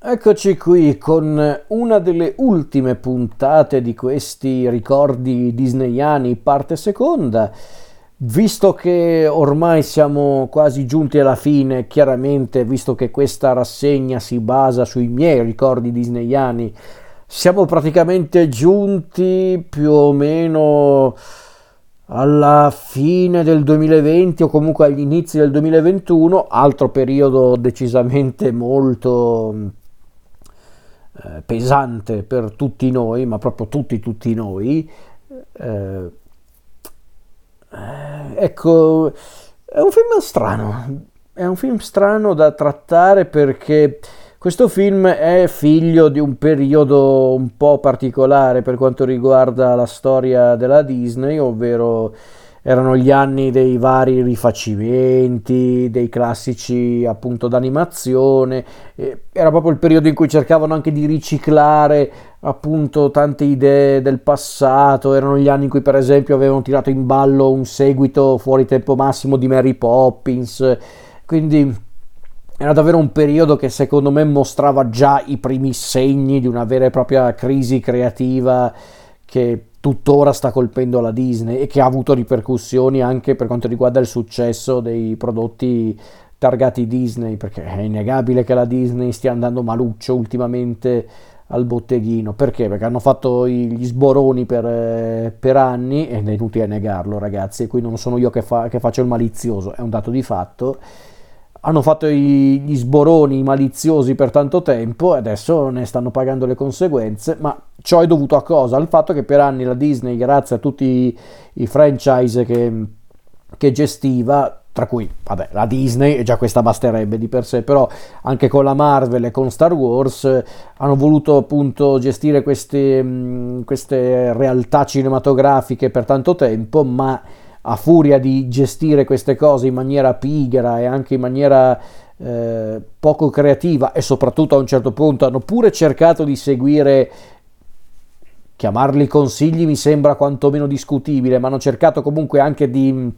Eccoci qui con una delle ultime puntate di questi ricordi disneyani parte seconda. Visto che ormai siamo quasi giunti alla fine, chiaramente, visto che questa rassegna si basa sui miei ricordi disneyani, siamo praticamente giunti più o meno alla fine del 2020 o comunque agli inizi del 2021, altro periodo decisamente molto pesante per tutti noi, ma proprio tutti noi. Eh, ecco, è un film strano da trattare perché questo film è figlio di un periodo un po' particolare per quanto riguarda la storia della Disney, ovvero erano gli anni dei vari rifacimenti, dei classici appunto d'animazione, era proprio il periodo in cui cercavano anche di riciclare appunto tante idee del passato, erano gli anni in cui per esempio avevano tirato in ballo un seguito fuori tempo massimo di Mary Poppins, quindi era davvero un periodo che secondo me mostrava già i primi segni di una vera e propria crisi creativa che tuttora sta colpendo la Disney e che ha avuto ripercussioni anche per quanto riguarda il successo dei prodotti targati Disney, perché è innegabile che la Disney stia andando maluccio ultimamente al botteghino. Perché? Perché hanno fatto gli sboroni per anni, ed è inutile negarlo ragazzi, e qui non sono io che faccio il malizioso, è un dato di fatto. Hanno fatto gli sboroni maliziosi per tanto tempo e adesso ne stanno pagando le conseguenze, ma ciò è dovuto a cosa? Al fatto che per anni la Disney, grazie a tutti i franchise che gestiva, tra cui, vabbè, la Disney, e già questa basterebbe di per sé, però anche con la Marvel e con Star Wars, hanno voluto appunto gestire queste realtà cinematografiche per tanto tempo, ma a furia di gestire queste cose in maniera pigra e anche in maniera poco creativa, e soprattutto a un certo punto hanno pure cercato di seguire, chiamarli consigli mi sembra quantomeno discutibile, ma hanno cercato comunque anche di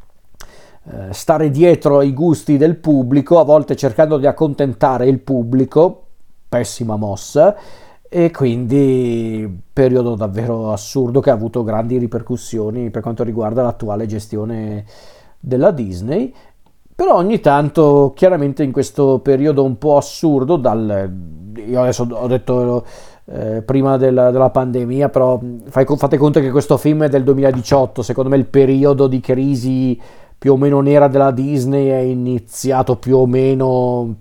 stare dietro ai gusti del pubblico, a volte cercando di accontentare il pubblico, pessima mossa. E quindi periodo davvero assurdo che ha avuto grandi ripercussioni per quanto riguarda l'attuale gestione della Disney. Però ogni tanto, chiaramente in questo periodo un po' assurdo, io adesso ho detto prima della pandemia, però fate conto che questo film è del 2018, secondo me il periodo di crisi più o meno nera della Disney è iniziato più o meno,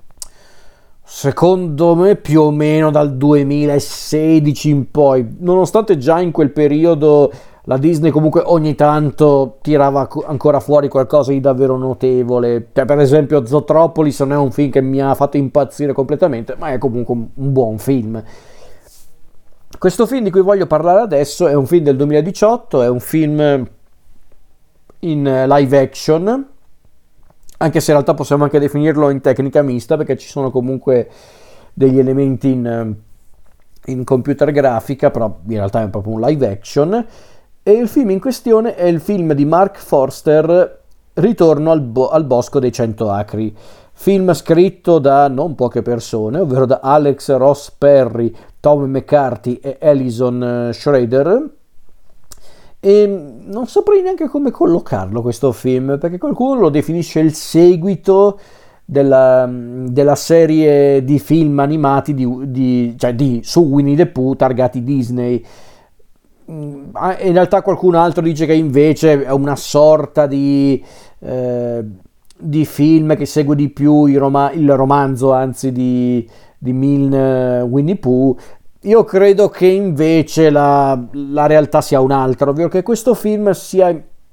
secondo me più o meno dal 2016 in poi, nonostante già in quel periodo la Disney comunque ogni tanto tirava ancora fuori qualcosa di davvero notevole. Cioè, per esempio Zootropolis non è un film che mi ha fatto impazzire completamente, ma è comunque un buon film. Questo film di cui voglio parlare adesso è un film del 2018, è un film in live action, anche se in realtà possiamo anche definirlo in tecnica mista, perché ci sono comunque degli elementi in computer grafica, però in realtà è proprio un live action. E il film in questione è il film di Mark Forster, Ritorno al Bosco dei 100 acri, film scritto da non poche persone, ovvero da Alex Ross Perry, Tom McCarthy e Alison Schrader. E non saprei neanche come collocarlo questo film, perché qualcuno lo definisce il seguito della serie di film animati su Winnie the Pooh targati Disney. In realtà qualcun altro dice che invece è una sorta di film che segue di più il romanzo, anzi, di Milne Winnie Pooh. Io credo che invece la realtà sia un'altra, ovvero che questo film sia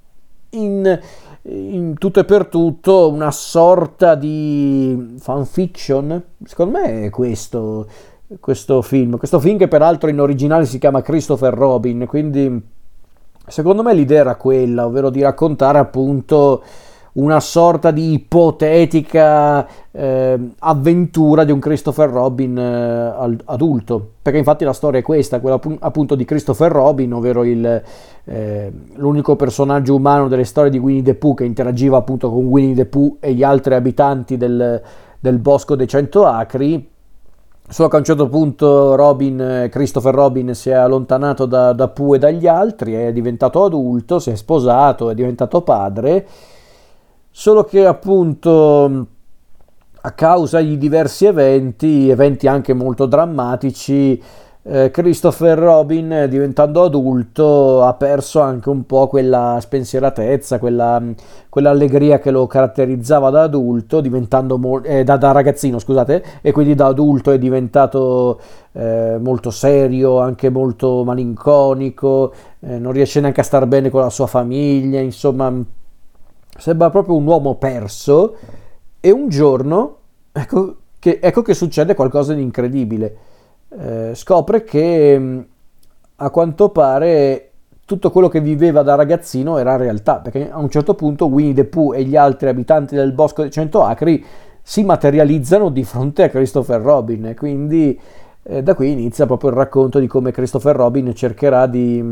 in tutto e per tutto una sorta di fanfiction. Secondo me è questo film che peraltro in originale si chiama Christopher Robin, quindi secondo me l'idea era quella, ovvero di raccontare appunto una sorta di ipotetica avventura di un Christopher Robin adulto, perché infatti la storia è questa, quella appunto di Christopher Robin, ovvero l'unico personaggio umano delle storie di Winnie the Pooh, che interagiva appunto con Winnie the Pooh e gli altri abitanti del Bosco dei 100 acri, Solo che a un certo punto Christopher Robin si è allontanato da Pooh e dagli altri, è diventato adulto, si è sposato, è diventato padre, solo che appunto a causa di diversi eventi anche molto drammatici, Christopher Robin, diventando adulto, ha perso anche un po' quella spensieratezza, quell'allegria che lo caratterizzava da adulto, da ragazzino, scusate, e quindi da adulto è diventato molto serio, anche molto malinconico, non riesce neanche a star bene con la sua famiglia, insomma, sembra proprio un uomo perso. E un giorno, ecco che succede qualcosa di incredibile. Scopre che a quanto pare tutto quello che viveva da ragazzino era realtà, perché a un certo punto Winnie the Pooh e gli altri abitanti del Bosco dei Cento Acri si materializzano di fronte a Christopher Robin, e quindi da qui inizia proprio il racconto di come Christopher Robin cercherà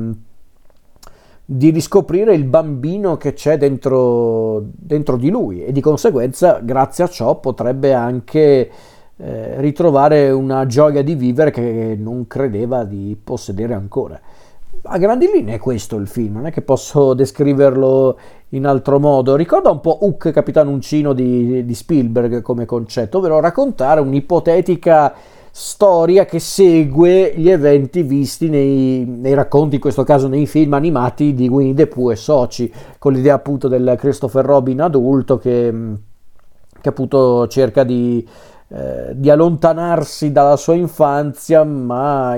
di riscoprire il bambino che c'è dentro di lui, e di conseguenza grazie a ciò potrebbe anche ritrovare una gioia di vivere che non credeva di possedere ancora. A grandi linee è questo il film, non è che posso descriverlo in altro modo. Ricorda un po' Hook, Capitano Uncino di Spielberg come concetto, ovvero raccontare un'ipotetica storia che segue gli eventi visti nei racconti, in questo caso nei film animati di Winnie the Pooh e Soci, con l'idea appunto del Christopher Robin adulto che appunto cerca di allontanarsi dalla sua infanzia, ma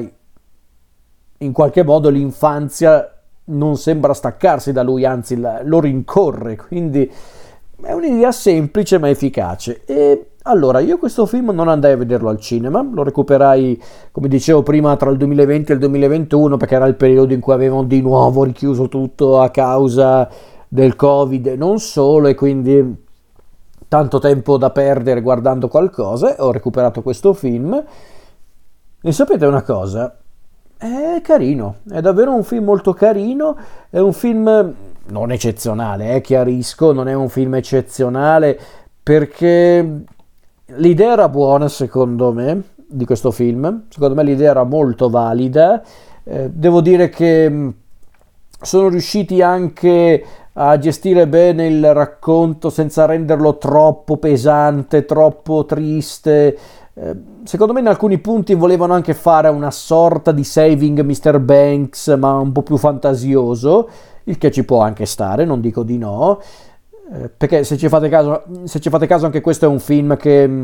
in qualche modo l'infanzia non sembra staccarsi da lui, anzi lo rincorre, quindi è un'idea semplice ma efficace. E allora, io questo film non andai a vederlo al cinema, lo recuperai, come dicevo prima, tra il 2020 e il 2021, perché era il periodo in cui avevano di nuovo richiuso tutto a causa del Covid e non solo, e quindi tanto tempo da perdere guardando qualcosa. Ho recuperato questo film e sapete una cosa? È carino, è davvero un film molto carino, è un film non eccezionale, chiarisco, non è un film eccezionale, perché l'idea era buona secondo me di questo film, secondo me l'idea era molto valida. Devo dire che sono riusciti anche a gestire bene il racconto senza renderlo troppo pesante, troppo triste. Secondo me in alcuni punti volevano anche fare una sorta di Saving Mr. Banks, ma un po' più fantasioso, il che ci può anche stare, non dico di no, perché se ci fate caso anche questo è un film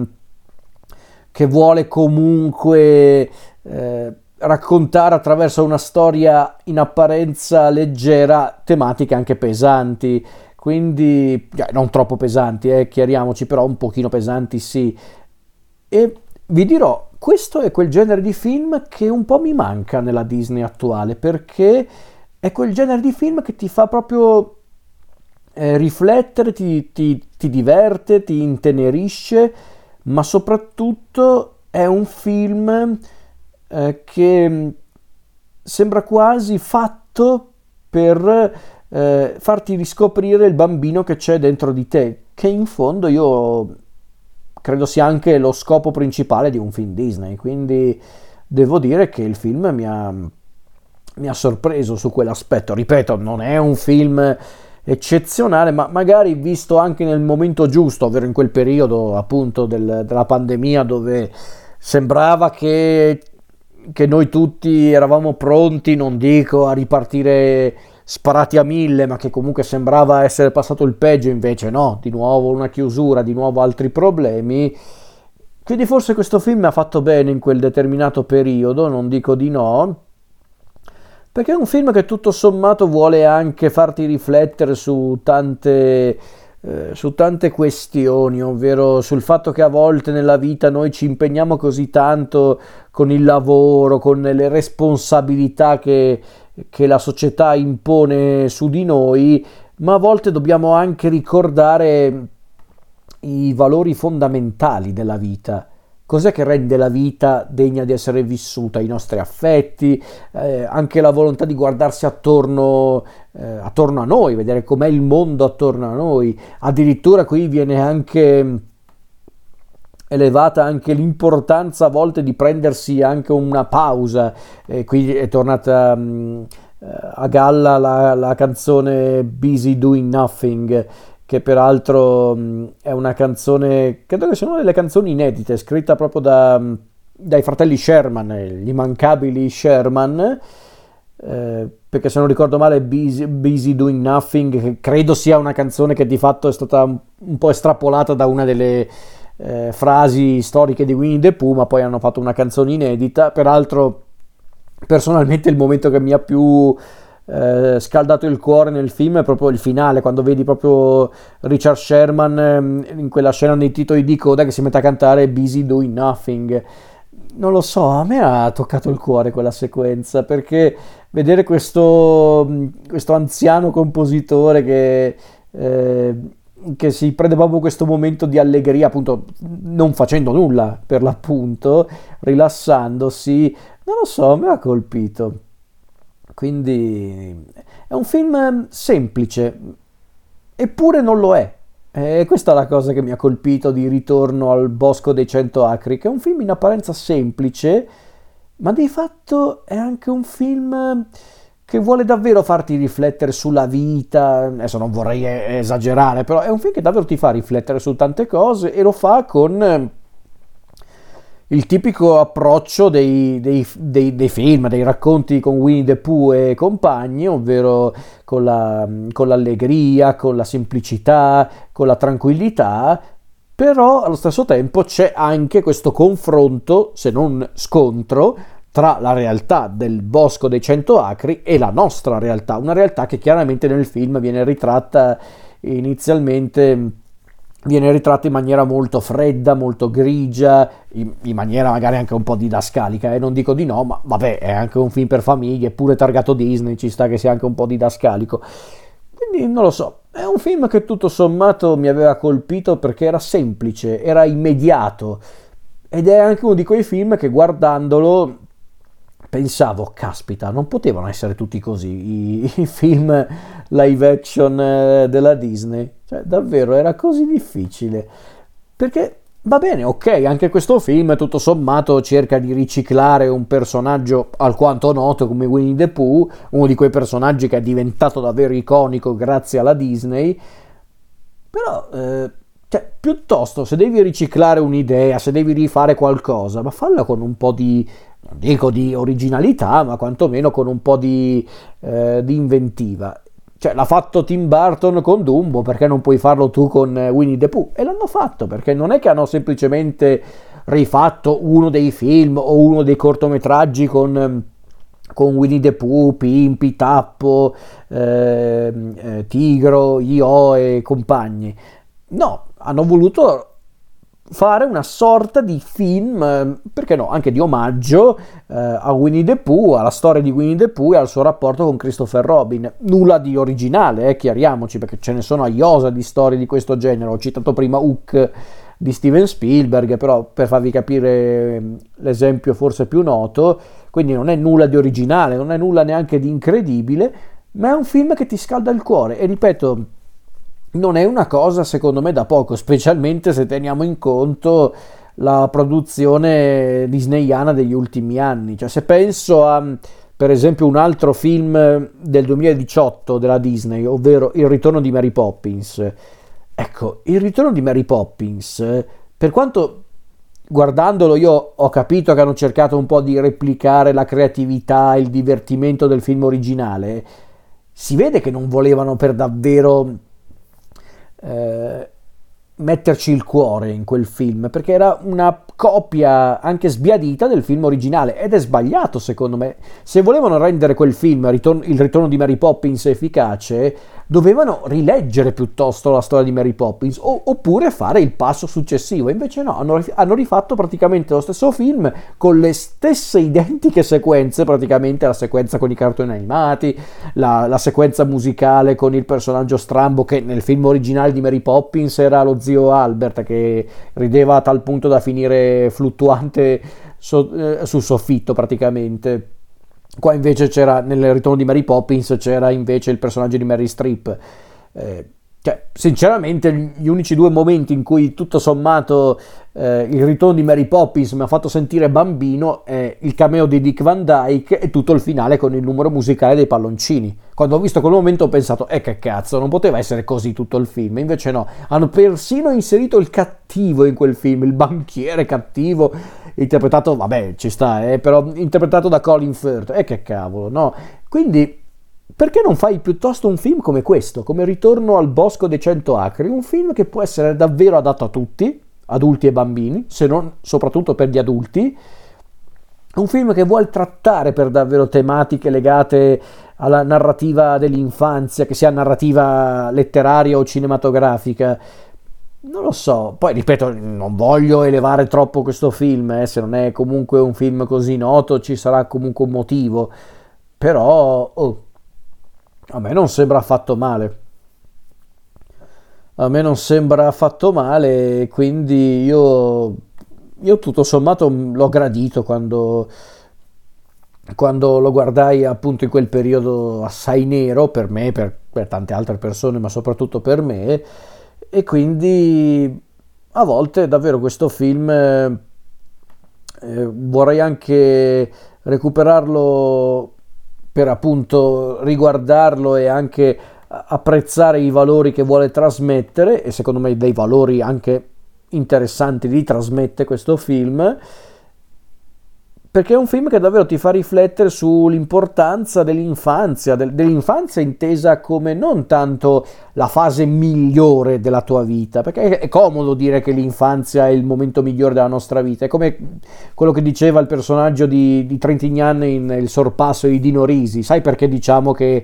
che vuole comunque raccontare attraverso una storia in apparenza leggera tematiche anche pesanti, quindi non troppo pesanti, chiariamoci, però un pochino pesanti sì. E vi dirò, questo è quel genere di film che un po' mi manca nella Disney attuale, perché è quel genere di film che ti fa proprio riflettere, ti diverte, ti intenerisce, ma soprattutto è un film che sembra quasi fatto per farti riscoprire il bambino che c'è dentro di te, che in fondo io credo sia anche lo scopo principale di un film Disney, quindi devo dire che il film mi ha sorpreso su quell'aspetto. Ripeto, non è un film eccezionale, ma magari visto anche nel momento giusto, ovvero in quel periodo appunto della pandemia, dove sembrava che noi tutti eravamo pronti, non dico a ripartire sparati a mille, ma che comunque sembrava essere passato il peggio, invece no, di nuovo una chiusura, di nuovo altri problemi. Quindi forse questo film mi ha fatto bene in quel determinato periodo, non dico di no, perché è un film che tutto sommato vuole anche farti riflettere su tante questioni, ovvero sul fatto che a volte nella vita noi ci impegniamo così tanto con il lavoro, con le responsabilità che la società impone su di noi, ma a volte dobbiamo anche ricordare i valori fondamentali della vita. Cos'è che rende la vita degna di essere vissuta? I nostri affetti, anche la volontà di guardarsi attorno a noi, vedere com'è il mondo attorno a noi. Addirittura qui viene anche elevata anche l'importanza a volte di prendersi anche una pausa, e qui è tornata a galla la canzone Busy Doing Nothing, che peraltro è una canzone, credo che sia una delle canzoni inedite, scritta proprio dai fratelli Sherman, gli immancabili Sherman, perché se non ricordo male Busy Doing Nothing, che credo sia una canzone che di fatto è stata un po' estrapolata da una delle frasi storiche di Winnie the Pooh, ma poi hanno fatto una canzone inedita. Peraltro, personalmente, il momento che mi ha più scaldato il cuore nel film è proprio il finale, quando vedi proprio Richard Sherman in quella scena nei titoli di coda che si mette a cantare Busy Doing Nothing. Non lo so, a me ha toccato il cuore quella sequenza, perché vedere questo anziano compositore che si prende proprio questo momento di allegria, appunto, non facendo nulla per l'appunto, rilassandosi, non lo so, mi ha colpito. Quindi è un film semplice, eppure non lo è. E questa è la cosa che mi ha colpito di Ritorno al Bosco dei Cento Acri, che è un film in apparenza semplice, ma di fatto è anche un film che vuole davvero farti riflettere sulla vita. Adesso non vorrei esagerare, però è un film che davvero ti fa riflettere su tante cose, e lo fa con il tipico approccio dei film, dei racconti con Winnie the Pooh e compagni, ovvero con l'allegria, con la semplicità, con la tranquillità, però allo stesso tempo c'è anche questo confronto, se non scontro, tra la realtà del Bosco dei Cento Acri e la nostra realtà, una realtà che chiaramente nel film viene ritratta inizialmente, viene ritratta in maniera molto fredda, molto grigia, in maniera magari anche un po' didascalica, e non dico di no, ma vabbè, è anche un film per famiglie, pure targato Disney, ci sta che sia anche un po' didascalico. Quindi non lo so, è un film che tutto sommato mi aveva colpito perché era semplice, era immediato, ed è anche uno di quei film che guardandolo pensavo, caspita, non potevano essere tutti così i film live action della Disney. Cioè, davvero era così difficile. Perché va bene, ok, anche questo film tutto sommato cerca di riciclare un personaggio alquanto noto come Winnie the Pooh, uno di quei personaggi che è diventato davvero iconico grazie alla Disney. Però, cioè, piuttosto, se devi riciclare un'idea, se devi rifare qualcosa, ma falla con un po' di, non dico di originalità, ma quantomeno con un po' di inventiva. Cioè, l'ha fatto Tim Burton con Dumbo, perché non puoi farlo tu con Winnie the Pooh? E l'hanno fatto, perché non è che hanno semplicemente rifatto uno dei film o uno dei cortometraggi con Winnie the Pooh, Pimpi, Tappo, Tigro, Io e compagni. No, hanno voluto fare una sorta di film, perché no, anche di omaggio a Winnie the Pooh, alla storia di Winnie the Pooh e al suo rapporto con Christopher Robin. Nulla di originale, chiariamoci, perché ce ne sono a iosa di storie di questo genere. Ho citato prima Hook di Steven Spielberg, però per farvi capire l'esempio forse più noto, quindi non è nulla di originale, non è nulla neanche di incredibile, ma è un film che ti scalda il cuore, e ripeto, non è una cosa secondo me da poco, specialmente se teniamo in conto la produzione disneyana degli ultimi anni. Cioè, se penso a, per esempio, un altro film del 2018 della Disney, ovvero Il ritorno di Mary Poppins. Ecco, Il ritorno di Mary Poppins, per quanto guardandolo io ho capito che hanno cercato un po' di replicare la creatività, il divertimento del film originale, si vede che non volevano per davvero metterci il cuore in quel film, perché era una copia anche sbiadita del film originale, ed è sbagliato secondo me. Se volevano rendere quel film, Il ritorno di Mary Poppins, efficace, dovevano rileggere piuttosto la storia di Mary Poppins, oppure fare il passo successivo. Invece no, hanno rifatto praticamente lo stesso film con le stesse identiche sequenze, praticamente la sequenza con i cartoni animati, la sequenza musicale con il personaggio strambo che nel film originale di Mary Poppins era lo zio Albert, che rideva a tal punto da finire fluttuante sul soffitto praticamente. Qua invece c'era, nel ritorno di Mary Poppins, c'era invece il personaggio di Mary Streep. Cioè, sinceramente, gli unici due momenti in cui tutto sommato il ritorno di Mary Poppins mi ha fatto sentire bambino è il cameo di Dick Van Dyke e tutto il finale con il numero musicale dei palloncini. Quando ho visto quel momento ho pensato, che cazzo, non poteva essere così tutto il film. Invece no, hanno persino inserito il cattivo in quel film, il banchiere cattivo, interpretato, vabbè, ci sta, però interpretato da Colin Firth. Che cavolo, no? Quindi perché non fai piuttosto un film come questo, come Ritorno al Bosco dei 100 acri, un film che può essere davvero adatto a tutti, adulti e bambini, se non soprattutto per gli adulti, un film che vuole trattare per davvero tematiche legate alla narrativa dell'infanzia, che sia narrativa letteraria o cinematografica. Non lo so, poi ripeto, non voglio elevare troppo questo film, se non è comunque un film così noto ci sarà comunque un motivo, però a me non sembra affatto male. A me non sembra affatto male, quindi io tutto sommato l'ho gradito quando lo guardai appunto in quel periodo assai nero per me, per tante altre persone, ma soprattutto per me, e quindi a volte davvero questo film vorrei anche recuperarlo per appunto riguardarlo e anche apprezzare i valori che vuole trasmettere, e secondo me dei valori anche interessanti li trasmette questo film, perché è un film che davvero ti fa riflettere sull'importanza dell'infanzia, dell'infanzia intesa come non tanto la fase migliore della tua vita, perché è comodo dire che l'infanzia è il momento migliore della nostra vita, è come quello che diceva il personaggio di Trintignant in Il sorpasso di Dino Risi. Sai perché diciamo che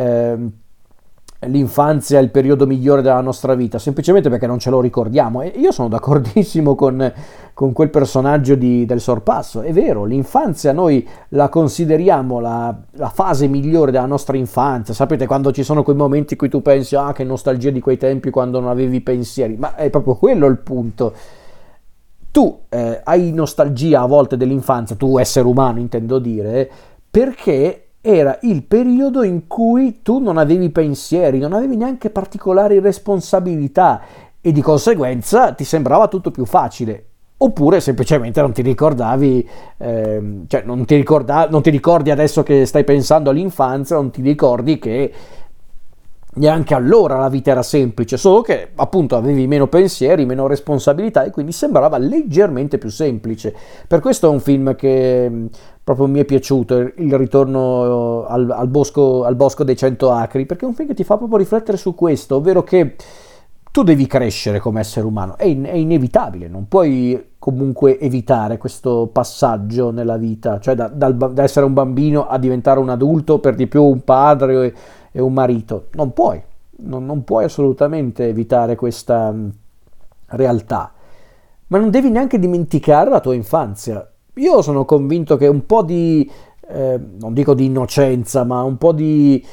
l'infanzia è il periodo migliore della nostra vita? Semplicemente perché non ce lo ricordiamo, e io sono d'accordissimo con quel personaggio del sorpasso. È vero, l'infanzia noi la consideriamo la fase migliore della nostra infanzia. Sapete, quando ci sono quei momenti in cui tu pensi che nostalgia di quei tempi quando non avevi pensieri, ma è proprio quello il punto. Tu hai nostalgia a volte dell'infanzia, tu essere umano intendo dire, perché era il periodo in cui tu non avevi pensieri, non avevi neanche particolari responsabilità e di conseguenza ti sembrava tutto più facile. Oppure semplicemente non ti ricordavi, cioè non ti ricordi adesso che stai pensando all'infanzia, non ti ricordi che neanche allora la vita era semplice, solo che appunto avevi meno pensieri, meno responsabilità e quindi sembrava leggermente più semplice. Per questo è un film che proprio mi è piaciuto, Il ritorno al bosco dei 100 acri, perché è un film che ti fa proprio riflettere su questo, ovvero che tu devi crescere come essere umano, è inevitabile, non puoi comunque evitare questo passaggio nella vita, cioè da essere un bambino a diventare un adulto, per di più un padre e un marito, non puoi, non puoi assolutamente evitare questa realtà, ma non devi neanche dimenticare la tua infanzia. Io sono convinto che un po' non dico di innocenza, ma un po'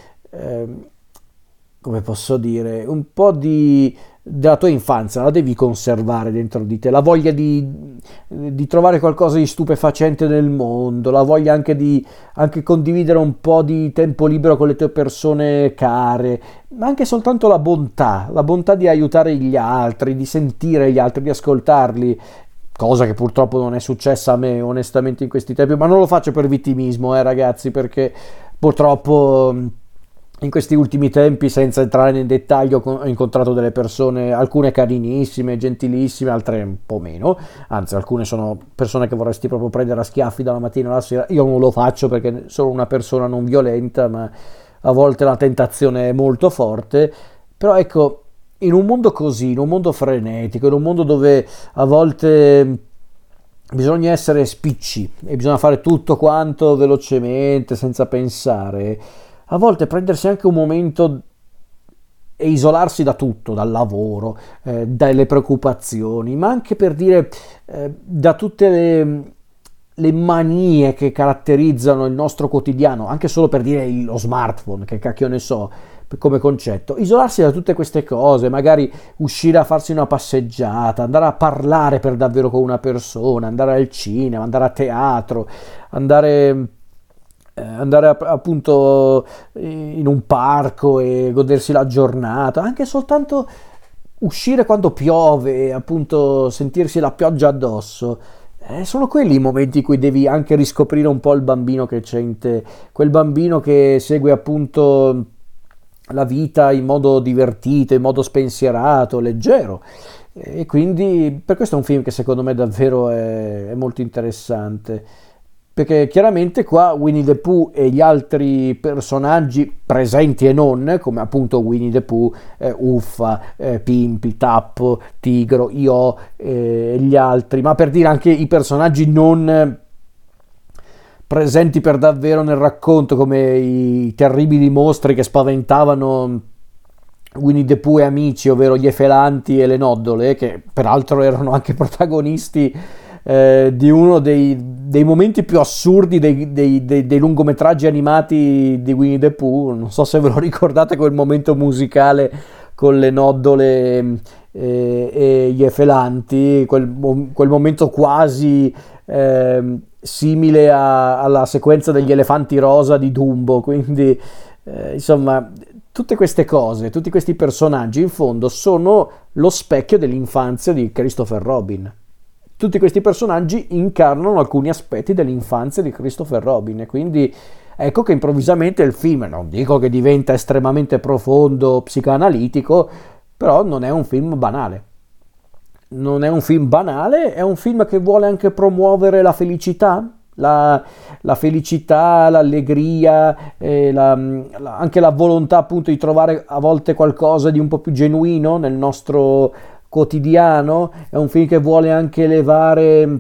come posso dire, un po' della tua infanzia la devi conservare dentro di te, la voglia di trovare qualcosa di stupefacente nel mondo, la voglia anche condividere un po' di tempo libero con le tue persone care, ma anche soltanto la bontà di aiutare gli altri, di sentire gli altri, di ascoltarli. Cosa che purtroppo non è successa a me onestamente in questi tempi, ma non lo faccio per vittimismo, ragazzi, perché purtroppo in questi ultimi tempi, senza entrare nel dettaglio, ho incontrato delle persone, alcune carinissime, gentilissime, altre un po' meno, anzi alcune sono persone che vorresti proprio prendere a schiaffi dalla mattina alla sera. Io non lo faccio perché sono una persona non violenta, ma a volte la tentazione è molto forte. Però ecco, in un mondo così, in un mondo frenetico, in un mondo dove a volte bisogna essere spicci e bisogna fare tutto quanto velocemente, senza pensare, a volte prendersi anche un momento e isolarsi da tutto, dal lavoro, dalle preoccupazioni, ma anche per dire da tutte le manie che caratterizzano il nostro quotidiano, anche solo per dire lo smartphone, che cacchio ne so, come concetto, isolarsi da tutte queste cose, magari uscire a farsi una passeggiata, andare a parlare per davvero con una persona, andare al cinema, andare a teatro, andare andare appunto in un parco e godersi la giornata, anche soltanto uscire quando piove, appunto sentirsi la pioggia addosso. Sono quelli i momenti in cui devi anche riscoprire un po' il bambino che c'è in te, quel bambino che segue appunto la vita in modo divertito, in modo spensierato, leggero. E quindi per questo è un film che secondo me davvero è molto interessante. Perché chiaramente qua Winnie the Pooh e gli altri personaggi presenti e non, come appunto Winnie the Pooh, Uffa, Pimpi, Tappo, Tigro, Io e gli altri, ma per dire anche i personaggi non presenti per davvero nel racconto, come i terribili mostri che spaventavano Winnie the Pooh e amici, ovvero gli Efelanti e le Noddole, che peraltro erano anche protagonisti di uno dei momenti più assurdi dei lungometraggi animati di Winnie the Pooh. Non so se ve lo ricordate, quel momento musicale con le Noddole e gli Efelanti, quel momento quasi simile alla sequenza degli elefanti rosa di Dumbo. Quindi insomma, tutte queste cose, tutti questi personaggi in fondo sono lo specchio dell'infanzia di Christopher Robin. Tutti questi personaggi incarnano alcuni aspetti dell'infanzia di Christopher Robin, e quindi ecco che improvvisamente il film, non dico che diventa estremamente profondo, psicoanalitico, però non è un film banale. Non è un film banale, è un film che vuole anche promuovere la felicità, la felicità, l'allegria, anche la volontà appunto di trovare a volte qualcosa di un po' più genuino nel nostro quotidiano. È un film che vuole anche elevare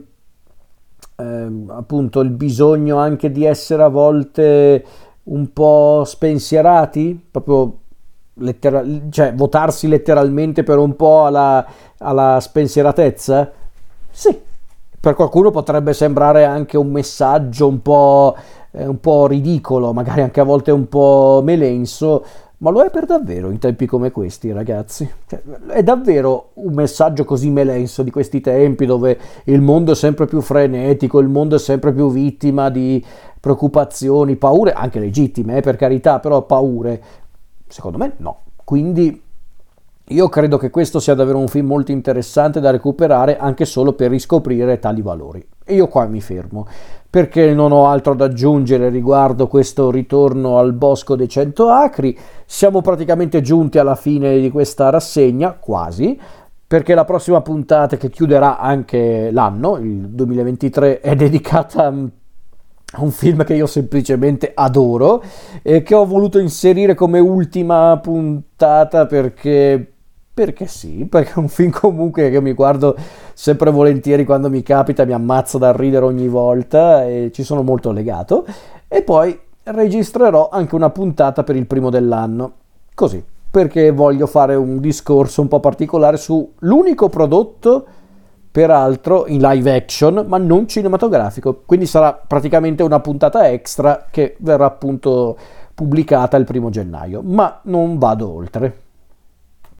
appunto il bisogno anche di essere a volte un po' spensierati, proprio cioè votarsi letteralmente per un po' alla spensieratezza. Sì, per qualcuno potrebbe sembrare anche un messaggio un po' ridicolo, magari anche a volte un po' melenso, ma lo è per davvero in tempi come questi, ragazzi. Cioè, è davvero un messaggio così melenso di questi tempi, dove il mondo è sempre più frenetico, il mondo è sempre più vittima di preoccupazioni, paure, anche legittime, per carità, però paure. Secondo me no. Quindi io credo che questo sia davvero un film molto interessante da recuperare, anche solo per riscoprire tali valori. E io qua mi fermo, perché non ho altro da aggiungere riguardo questo ritorno al Bosco dei 100 acri. Siamo praticamente giunti alla fine di questa rassegna, quasi, perché la prossima puntata, che chiuderà anche l'anno, il 2023, è dedicata a un film che io semplicemente adoro e che ho voluto inserire come ultima puntata perché sì, perché è un film comunque che mi guardo sempre volentieri quando mi capita, mi ammazzo dal ridere ogni volta e ci sono molto legato. E poi registrerò anche una puntata per il primo dell'anno, così, perché voglio fare un discorso un po' particolare su l'unico prodotto, peraltro in live action, ma non cinematografico. Quindi sarà praticamente una puntata extra che verrà appunto pubblicata il 1 gennaio, ma non vado oltre.